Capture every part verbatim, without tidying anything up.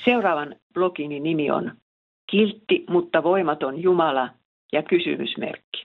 Seuraavan blogini nimi on Kiltti, mutta voimaton Jumala ja kysymysmerkki.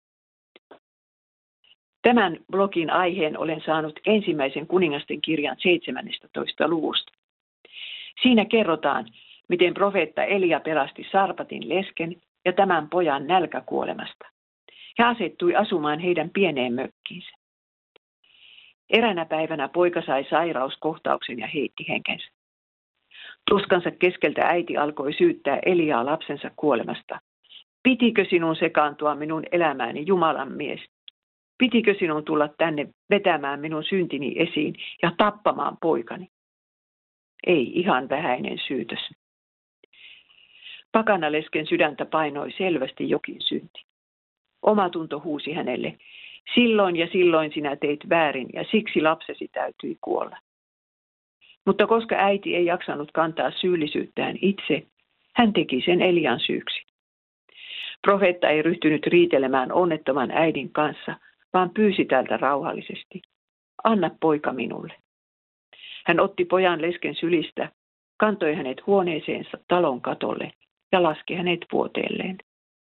Tämän blogin aiheen olen saanut ensimmäisen kuningasten kirjan seitsemännentoista luvusta. Siinä kerrotaan, miten profeetta Elia pelasti Sarpatin lesken ja tämän pojan nälkäkuolemasta. Hän asettui asumaan heidän pieneen mökkiinsä. Eräänä päivänä poika sai sairauskohtauksen ja heitti henkensä. Tuskansa keskeltä äiti alkoi syyttää Eliaa lapsensa kuolemasta. Pitikö sinun sekaantua minun elämääni, Jumalan mies? Pitikö sinun tulla tänne vetämään minun syntini esiin ja tappamaan poikani? Ei ihan vähäinen syytös. Pakanalesken sydäntä painoi selvästi jokin synti. Omatunto huusi hänelle, silloin ja silloin sinä teit väärin ja siksi lapsesi täytyi kuolla. Mutta koska äiti ei jaksanut kantaa syyllisyyttään itse, hän teki sen Elian syyksi. Profeetta ei ryhtynyt riitelemään onnettoman äidin kanssa, vaan pyysi tältä rauhallisesti. Anna poika minulle. Hän otti pojan lesken sylistä, kantoi hänet huoneeseensa talon katolle ja laski hänet vuoteelleen.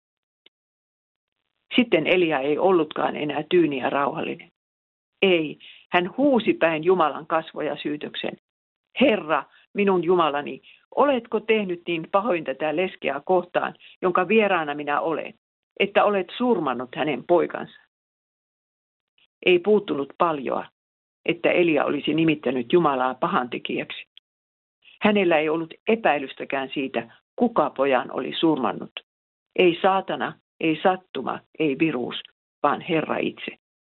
Sitten Elia ei ollutkaan enää tyyni ja rauhallinen. Ei, hän huusi päin Jumalan kasvoja syytöksen. Herra, minun Jumalani, oletko tehnyt niin pahoin tätä leskeä kohtaan, jonka vieraana minä olen, että olet surmannut hänen poikansa? Ei puuttunut paljoa, että Elia olisi nimittänyt Jumalaa pahantekijäksi. Hänellä ei ollut epäilystäkään siitä, kuka pojan oli surmannut. Ei saatana, ei sattuma, ei viruus, vaan Herra itse.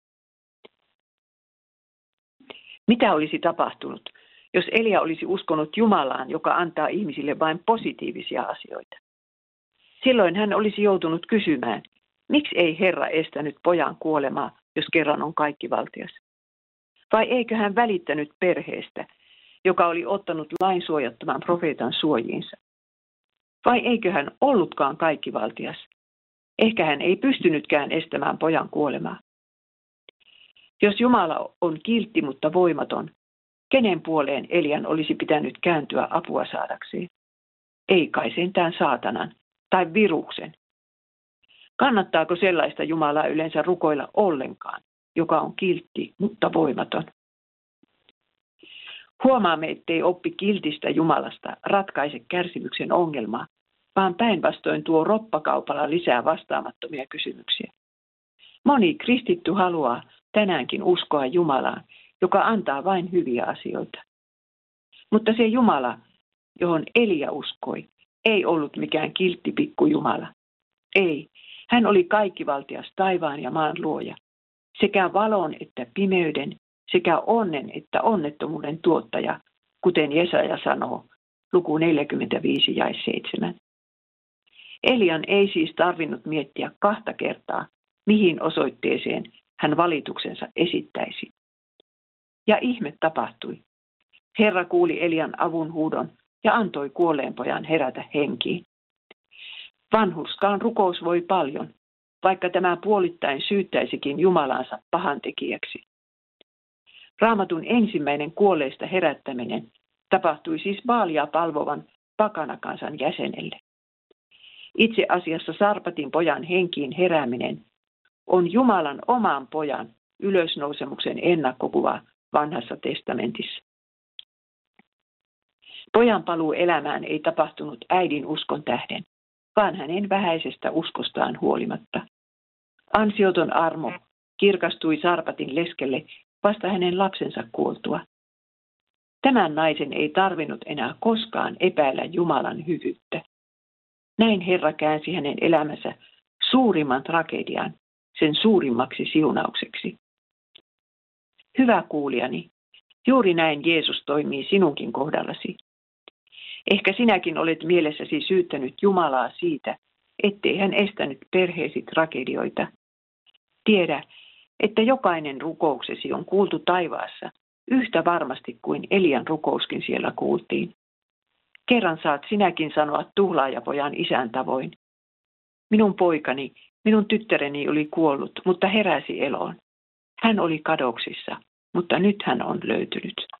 Mitä olisi tapahtunut, jos Elia olisi uskonut Jumalaan, joka antaa ihmisille vain positiivisia asioita? Silloin hän olisi joutunut kysymään, miksi ei Herra estänyt pojan kuolemaa, jos kerran on kaikkivaltias? Vai eikö hän välittänyt perheestä, joka oli ottanut lainsuojattoman profeetan suojiinsa? Vai eikö hän ollutkaan kaikkivaltias? Ehkä hän ei pystynytkään estämään pojan kuolemaa. Jos Jumala on kiltti, mutta voimaton, kenen puoleen Elian olisi pitänyt kääntyä apua saadakseen? Ei kai sentään saatanan tai viruksen. Kannattaako sellaista Jumalaa yleensä rukoilla ollenkaan, joka on kiltti, mutta voimaton? Huomaamme, ettei oppi kiltistä Jumalasta ratkaise kärsimyksen ongelmaa, vaan päinvastoin tuo roppakaupalla lisää vastaamattomia kysymyksiä. Moni kristitty haluaa tänäänkin uskoa Jumalaan, joka antaa vain hyviä asioita. Mutta se Jumala, johon Elia uskoi, ei ollut mikään kiltti pikku Jumala. Ei, hän oli kaikkivaltias taivaan ja maan luoja, sekä valon että pimeyden, sekä onnen että onnettomuuden tuottaja, kuten Jesaja sanoo, luku neljäkymmentäviisi jae seitsemän. Elian ei siis tarvinnut miettiä kahta kertaa, mihin osoitteeseen hän valituksensa esittäisi. Ja ihme tapahtui. Herra kuuli Elian avunhuudon ja antoi kuolleen pojan herätä henkiin. Vanhurskaan rukous voi paljon, vaikka tämä puolittain syyttäisikin Jumalansa pahantekijäksi. Raamatun ensimmäinen kuolleista herättäminen tapahtui siis Baalia palvovan pakanakansan jäsenelle. Itse asiassa Sarpatin pojan henkiin herääminen on Jumalan oman pojan ylösnousemuksen ennakkokuva Vanhassa testamentissa. Pojan paluu elämään ei tapahtunut äidin uskon tähden, vaan hänen vähäisestä uskostaan huolimatta. Ansioton armo kirkastui Sarpatin leskelle vasta hänen lapsensa kuoltua. Tämän naisen ei tarvinnut enää koskaan epäillä Jumalan hyvyyttä. Näin Herra käänsi hänen elämänsä suurimman tragedian, sen suurimmaksi siunaukseksi. Hyvä kuulijani, juuri näin Jeesus toimii sinunkin kohdallasi. Ehkä sinäkin olet mielessäsi syyttänyt Jumalaa siitä, ettei hän estänyt perheesi tragedioita. Tiedä, että jokainen rukouksesi on kuultu taivaassa yhtä varmasti kuin Elian rukouskin siellä kuultiin. Kerran saat sinäkin sanoa tuhlaajapojan isän tavoin. Minun poikani, minun tyttäreni oli kuollut, mutta heräsi eloon. Hän oli kadoksissa, mutta nyt hän on löytynyt.